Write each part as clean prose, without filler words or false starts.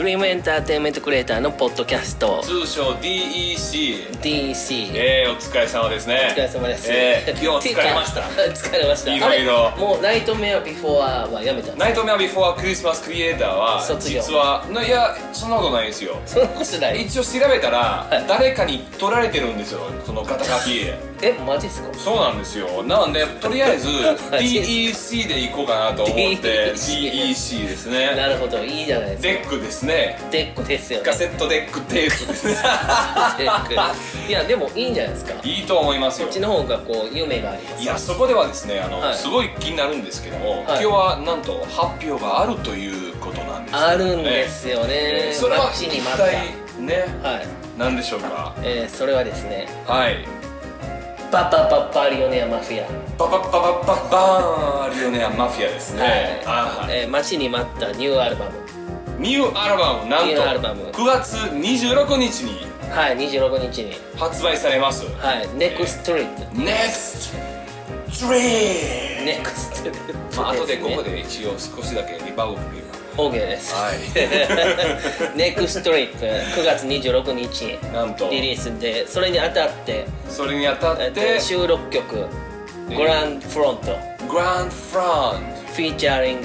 ドリームエンターテインメントクリエイターのポッドキャスト通称 DEC。 DC。 お疲れ様ですね。 お疲れ様です。 今日は疲れました。 疲れました。 いろいろもうナイトメアビフォアはやめたんですか？ ナイトメアビフォアクリスマスクリエイターは卒業。 実はいやそんなことないですよ。 そんなことない。 一応調べたら、誰かに取られてるんですよ、その肩書き。 マジですか？ そうなんですよ。なんでとりあえず DEC で行こうかなと思って DEC ですね。 なるほど、いいじゃないですか。 デックですね。 デックですよね。 カセットデックテープです。 デック。いやでもいいんじゃないですか。 いいと思いますよ。 こっちの方がこう夢があります。 いやそこではですね、すごい気になるんですけども、今日はなんと発表があるということなんですよね。 あるんですよね。 それは待ちに一待った体ね、何でしょうか。 それはですね、 はいパパパパリオネアマフィア。 パパパパパパーリオネアマフィアですね。 待ちに待ったニューアルバム。 ニューアルバム、なんと9月26日に 26日に発売されます。 ネクストリップ。 ネクストリップ。 ネクストリップ。 後でここで一応少しだけリバウンド OK です。ネクストリップ9月26日なんとリリースで、それにあたって収録曲グランドフロントフフィーチャリング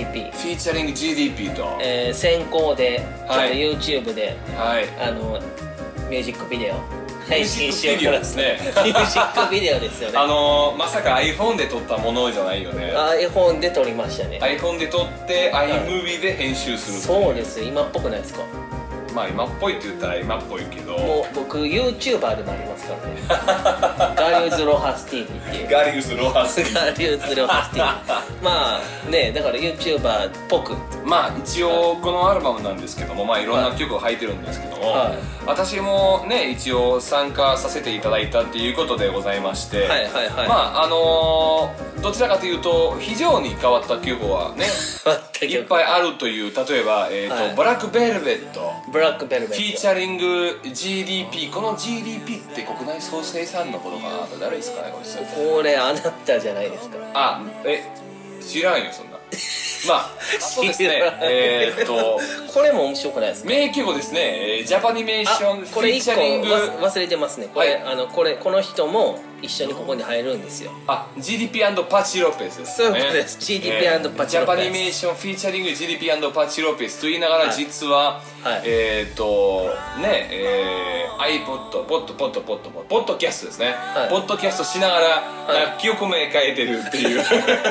GDP と先行でちょっと YouTube でミュージックビデオ配信しようかですね。ミュージックビデオですよね。 まさか iPhone で撮ったものじゃないよね。 iPhone で撮りましたね。 iPhone で撮って iMovie で編集する。 そうです。今っぽくないですか？ まあ今っぽいって言ったら今っぽいけど、 もう僕 YouTuber でもありますからね。ガリウスロハス TV っていう。 ガリウスロハス TV まあね、だから YouTuber っぽく、 まあ一応このアルバムなんですけども、まあいろんな曲を入ってるんですけども、私もね一応参加させていただいたっていうことでございまして、まあどちらかというと非常に変わった曲はねいっぱいあるという。例えばブラックベルベット、フィーチャリング GDP。 この GDP って国内総生産のことかな。誰ですかねこれあなたじゃないですか。 知らんよそんな。まあそうですね。 これも面白くないですか？ 名曲ですね。ジャパニメーションフィーチャリング。 忘れてますね。この人も一緒にここに入るんですよ。 GDP& パチロペスですね。 そういうことです。GDP& パチロペス。 ジャパニメーションフィーチャリング GDP& パチロペスと言いながら、実はiPod ポッドキャストですね。ポッドキャストしながら曲名変えてるっていう。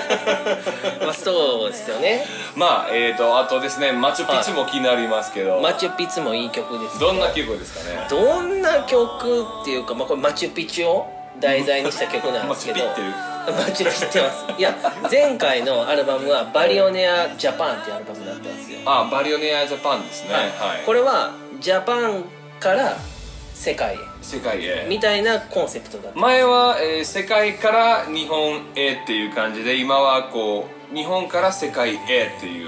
そうですよね。 あとですね、マチュピチュも気になりますけど。 マチュピチュもいい曲です。 どんな曲ですかね。 どんな曲っていうか、これマチュピチュを題材にした曲なんですけど。マチュピってます。いや、前回のアルバムはバリオネアジャパンっていうアルバムだったんですよ。 バリオネアジャパンですね。 これはジャパンから世界へみたいなコンセプトだった。 前は、世界から日本へっていう感じで、今はこう日本から世界へっていう。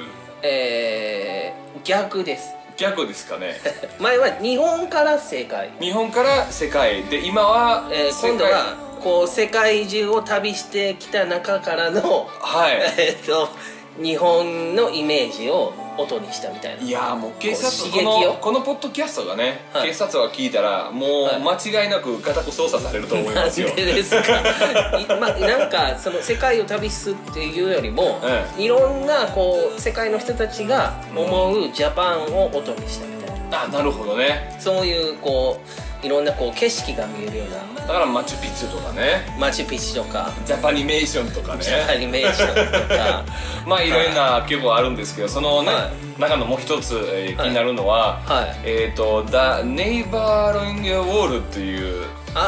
逆です。 逆ですかね。 前は日本から世界で、今は、 今度はこう世界中を旅してきた中からの日本のイメージを音にしたみたいな。 いやもう警察刺激をこのポッドキャストがね、警察は聞いたらもう間違いなく家宅捜査されると思いますよ。 なんでですか。なんかその世界を旅すっていうよりも、いろんなこう世界の人たちが思うジャパンを音にしたみたいな。 なるほどね。 そういうこういろんなこう景色が見えるような。 だからマチュピチュとかね、 マチュピチュとかジャパニメーションとかね、 ジャパニメーションとかまあいろいろな曲はあるんですけど、そのね、中のもう一つ、気になるのはThe Neighboring Wall っていう。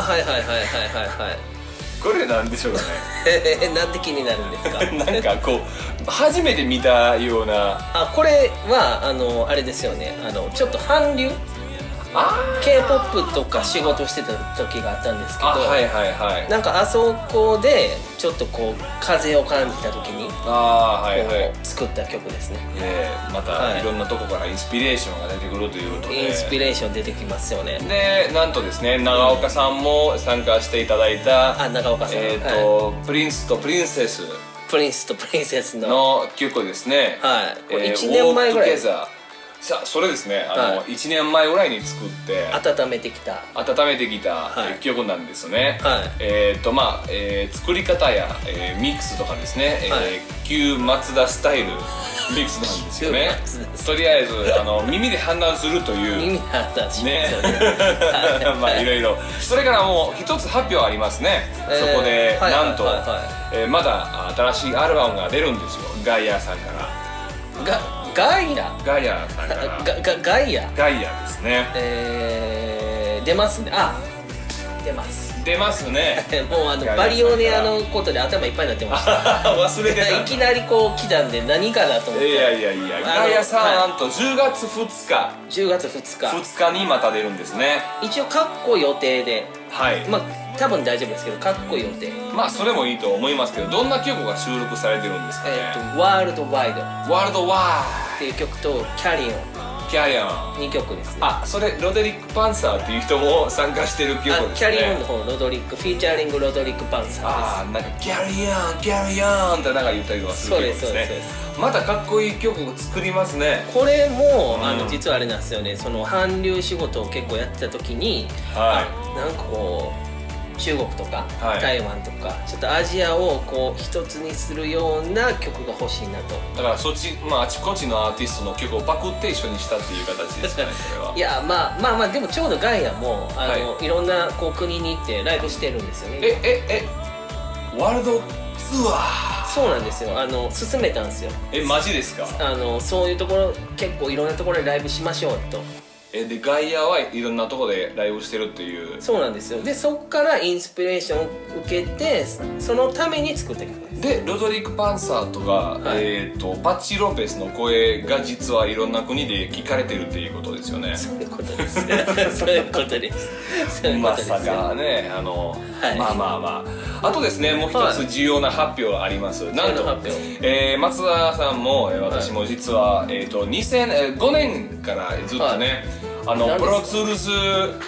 これなんでしょうかね。 なんで気になるんですか。 なんかこう初めて見たような。 これはあれですよね。ちょっと韓流K-POP とか仕事してた時があったんですけど、なんかあそこでちょっとこう風を感じた時に作った曲ですね。 またいろんなとこからインスピレーションが出てくるということで。 インスピレーション出てきますよね。 でなんとですね、長岡さんも参加していただいた長岡さんプリンスとプリンセスプリンスとプリンセスの曲ですね。 これ1年前ぐらい。 さあそれですね1年前ぐらいに作って温めてきた曲なんですね。作り方やミックスとかですね旧松田スタイルミックスなんですよね。とりあえず耳で判断するという耳で判断しますねまあいろいろそれからもう一つ発表ありますね。そこでなんとまだ新しいアルバムが出るんですよ。ガイアさんからガイアさんからガイアですね。 出ますね。 出ますねもうバリオネアのことで頭いっぱいになってました忘れてた。 いきなりこう来たんで何かなと思って。 いやガイアさんはなんと10月2日にまた出るんですね。 一応カッコ予定でまあ多分大丈夫ですけどカッコ予定。 まあそれもいいと思いますけどどんな曲が収録されてるんですかね。 ワールドワイドっていう曲とキャリオン2曲ですね。 それロドリック・パンサーっていう人も参加してる曲ですね。 キャリオンの方ロドリックフィーチャリングロドリック・パンサーです。 なんかギャリオンってなんか言ったりとかする曲ですね。またかっこいい曲を作りますね。 これも実はあれなんですよね。その韓流仕事を結構やってた時になんかこう中国とか台湾とかちょっとアジアをこう一つにするような曲が欲しいなと。 だからそっちあちこちのアーティストの曲をパクって一緒にしたっていう形ですかねそれは。 いやまあでもちょうどガイアもいろんなこう国に行ってライブしてるんですよね。 ワールドツアー。 そうなんですよ。勧めたんですよ。 マジですか。 そういうところ結構いろんなところでライブしましょうと。 でガイアはいろんなところでライブしてるっていう。 そうなんですよ。でそっからインスピレーションを受けてそのために作った曲です。 でロドリック・パンサーとか、パッチ・ロペスの声が実はいろんな国で聞かれてるっていうことですよね。 そういうことですねそういうことですまさかねあとですねもう一つ重要な発表があります。なんと松田さんも私も実は2005年からずっとねプロツールス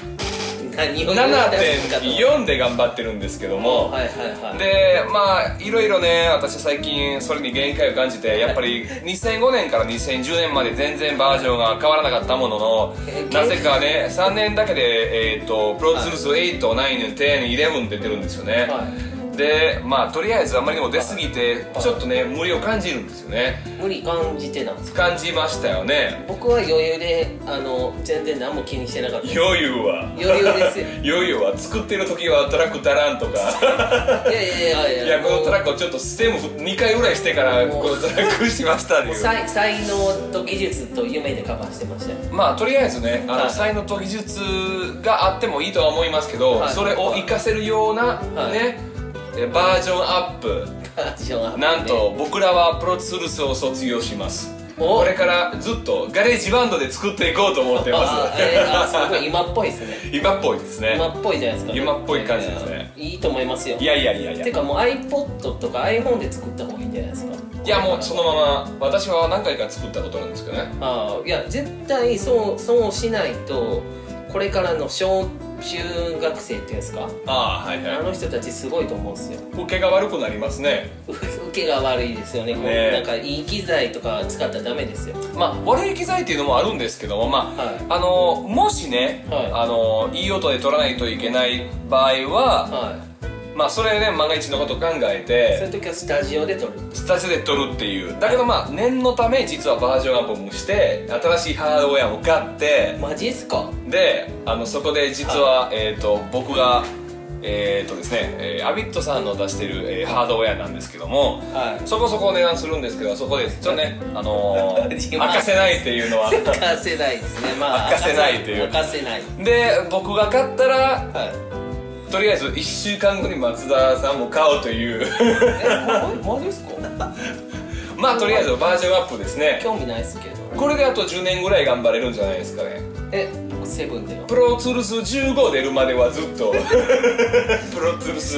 7.4 で頑張ってるんですけどもでいろいろね私最近それに限界を感じてやっぱり2005年から2010年まで全然バージョンが変わらなかったもののなぜかね3年だけでプロツールス8、9、10、11出てるんですよね。でとりあえずあんまりにも出過ぎてちょっとね無理を感じるんですよね。 無理感じてたんですか。 感じましたよね。 僕は余裕で全然何も気にしてなかったです。 余裕ですよ余裕は作ってる時はトラック足らんとかいやこのトラックをちょっとステム2回ぐらいしてからこのトラックしましたっていう才能と技術と夢でカバーしてましたよ。 とりあえずね才能と技術があってもいいとは思いますけどそれを活かせるようなねバージョンアップなんと僕らはプロツールスを卒業します。これからずっとガレージバンドで作っていこうと思ってますすごい今っぽいですね。 今っぽいですね。 今っぽいじゃないですか。 今っぽい感じですね。 いいと思いますよ。 いやてかもう iPod とか iPhone で作った方がいいんじゃないですか。 いやもうそのまま私は何回か作ったことなんですけどね。 いや絶対そうしないとこれからの小中学生っていうんですかあの人たちすごいと思うんですよ。 受けが悪くなりますね。 受けが悪いですよね。なんかいい機材とか使ったらダメですよ。 悪い機材っていうのもあるんですけどももしねいい音で撮らないといけない場合はそれね万が一のことを考えてそういう時はスタジオで撮るっていうだけど念のため実はバージョンアップもして新しいハードウェアも買ってマジっすか。 でそこで実は僕がですねアビットさんの出してるハードウェアなんですけどもそこそこ値段するんですけどそこでちょっとね明かせないっていうのは明かせないですね。 明かせないっていう明かせないで僕が買ったらとりあえず1週間後に松田さんも買おうというマジですか。 とりあえずバージョンアップですね。 興味ないですけどこれであと10年ぐらい頑張れるんじゃないですかね。 セブンでのプロツールス15出るまではずっとプロツールス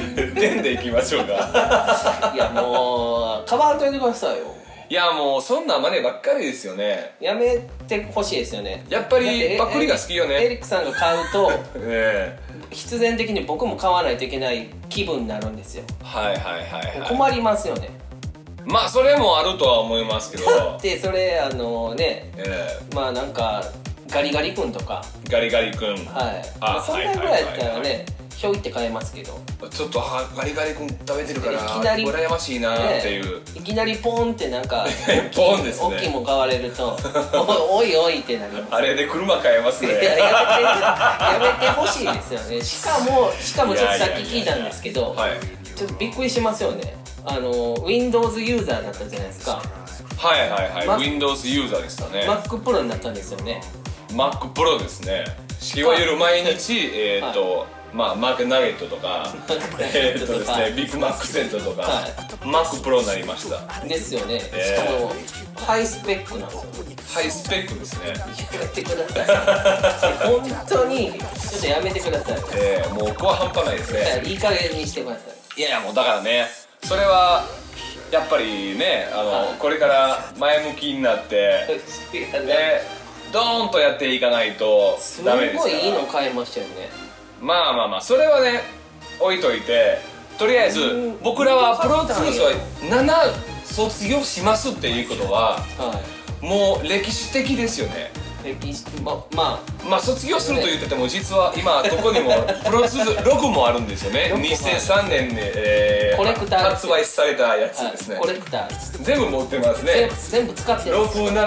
10でいきましょうか。 いやもう買わんといてくださいよ。 いやもうそんな真似ばっかりですよね。 やめてほしいですよね。 やっぱりパクリが好きよね。 エリックさんが買うと必然的に僕も買わないといけない気分になるんですよ。困りますよね。 まあそれもあるとは思いますけどだってそれまあなんかガリガリ君とかガリガリ君はいそんなぐらいやったらねひょいって買えますけどちょっとガリガリ君食べてるからいきなり羨ましいなっていう、 いきなりポンってなんかポンですね大きいもん買われるとおいおいってなりますあれで車買えますねやめてほしいですよねしかもちょっとさっき聞いたんですけどちょっとびっくりしますよねWindows ユーザーだったじゃないですか Windows ユーザーでしたね Mac Pro になったんですよね Mac Pro ですねいわゆる毎日マークナゲットとかですねビッグマックセントとかマックプロになりましたですよねしかもハイスペックなんですよハイスペックですねやめてください本当にちょっとやめてくださいもうここは半端ないですねいい加減にしてくださいいやもうだからねそれはやっぱりねこれから前向きになってドーンとやっていかないとダメですからすごいいいの買いましたよねまあそれはね置いといてとりあえず僕らはプロツースは7卒業しますっていうことはもう歴史的ですよねまあ卒業すると言ってても実は今ここにもプロツース6もあるんですよね2003年で発売されたやつですねコレクター全部持ってますね全部使ってる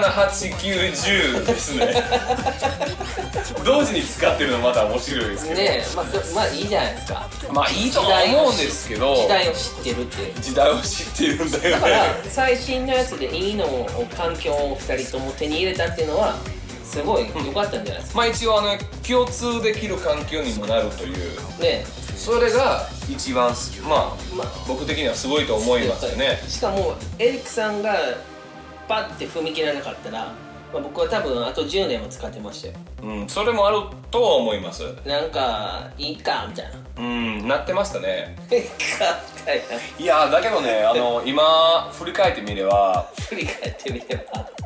67890ですね同時に使ってるのまた面白いですけどねまあいいじゃないですかまあいいとは思うんですけど時代を知ってるって時代を知ってるんだよねだから最新のやつでいいのを環境を2人とも手に入れたっていうのはすごい良かったんじゃないですか、 まあ一応共通できる環境にもなるというねそれが一番僕的にはすごいと思いますよねしかもエリックさんがパッて踏み切らなかったら僕は多分あと10年も使ってましたよそれもあるとは思いますなんかいいかみたいななってましたねいいかみたいないやだけどね今振り返ってみれば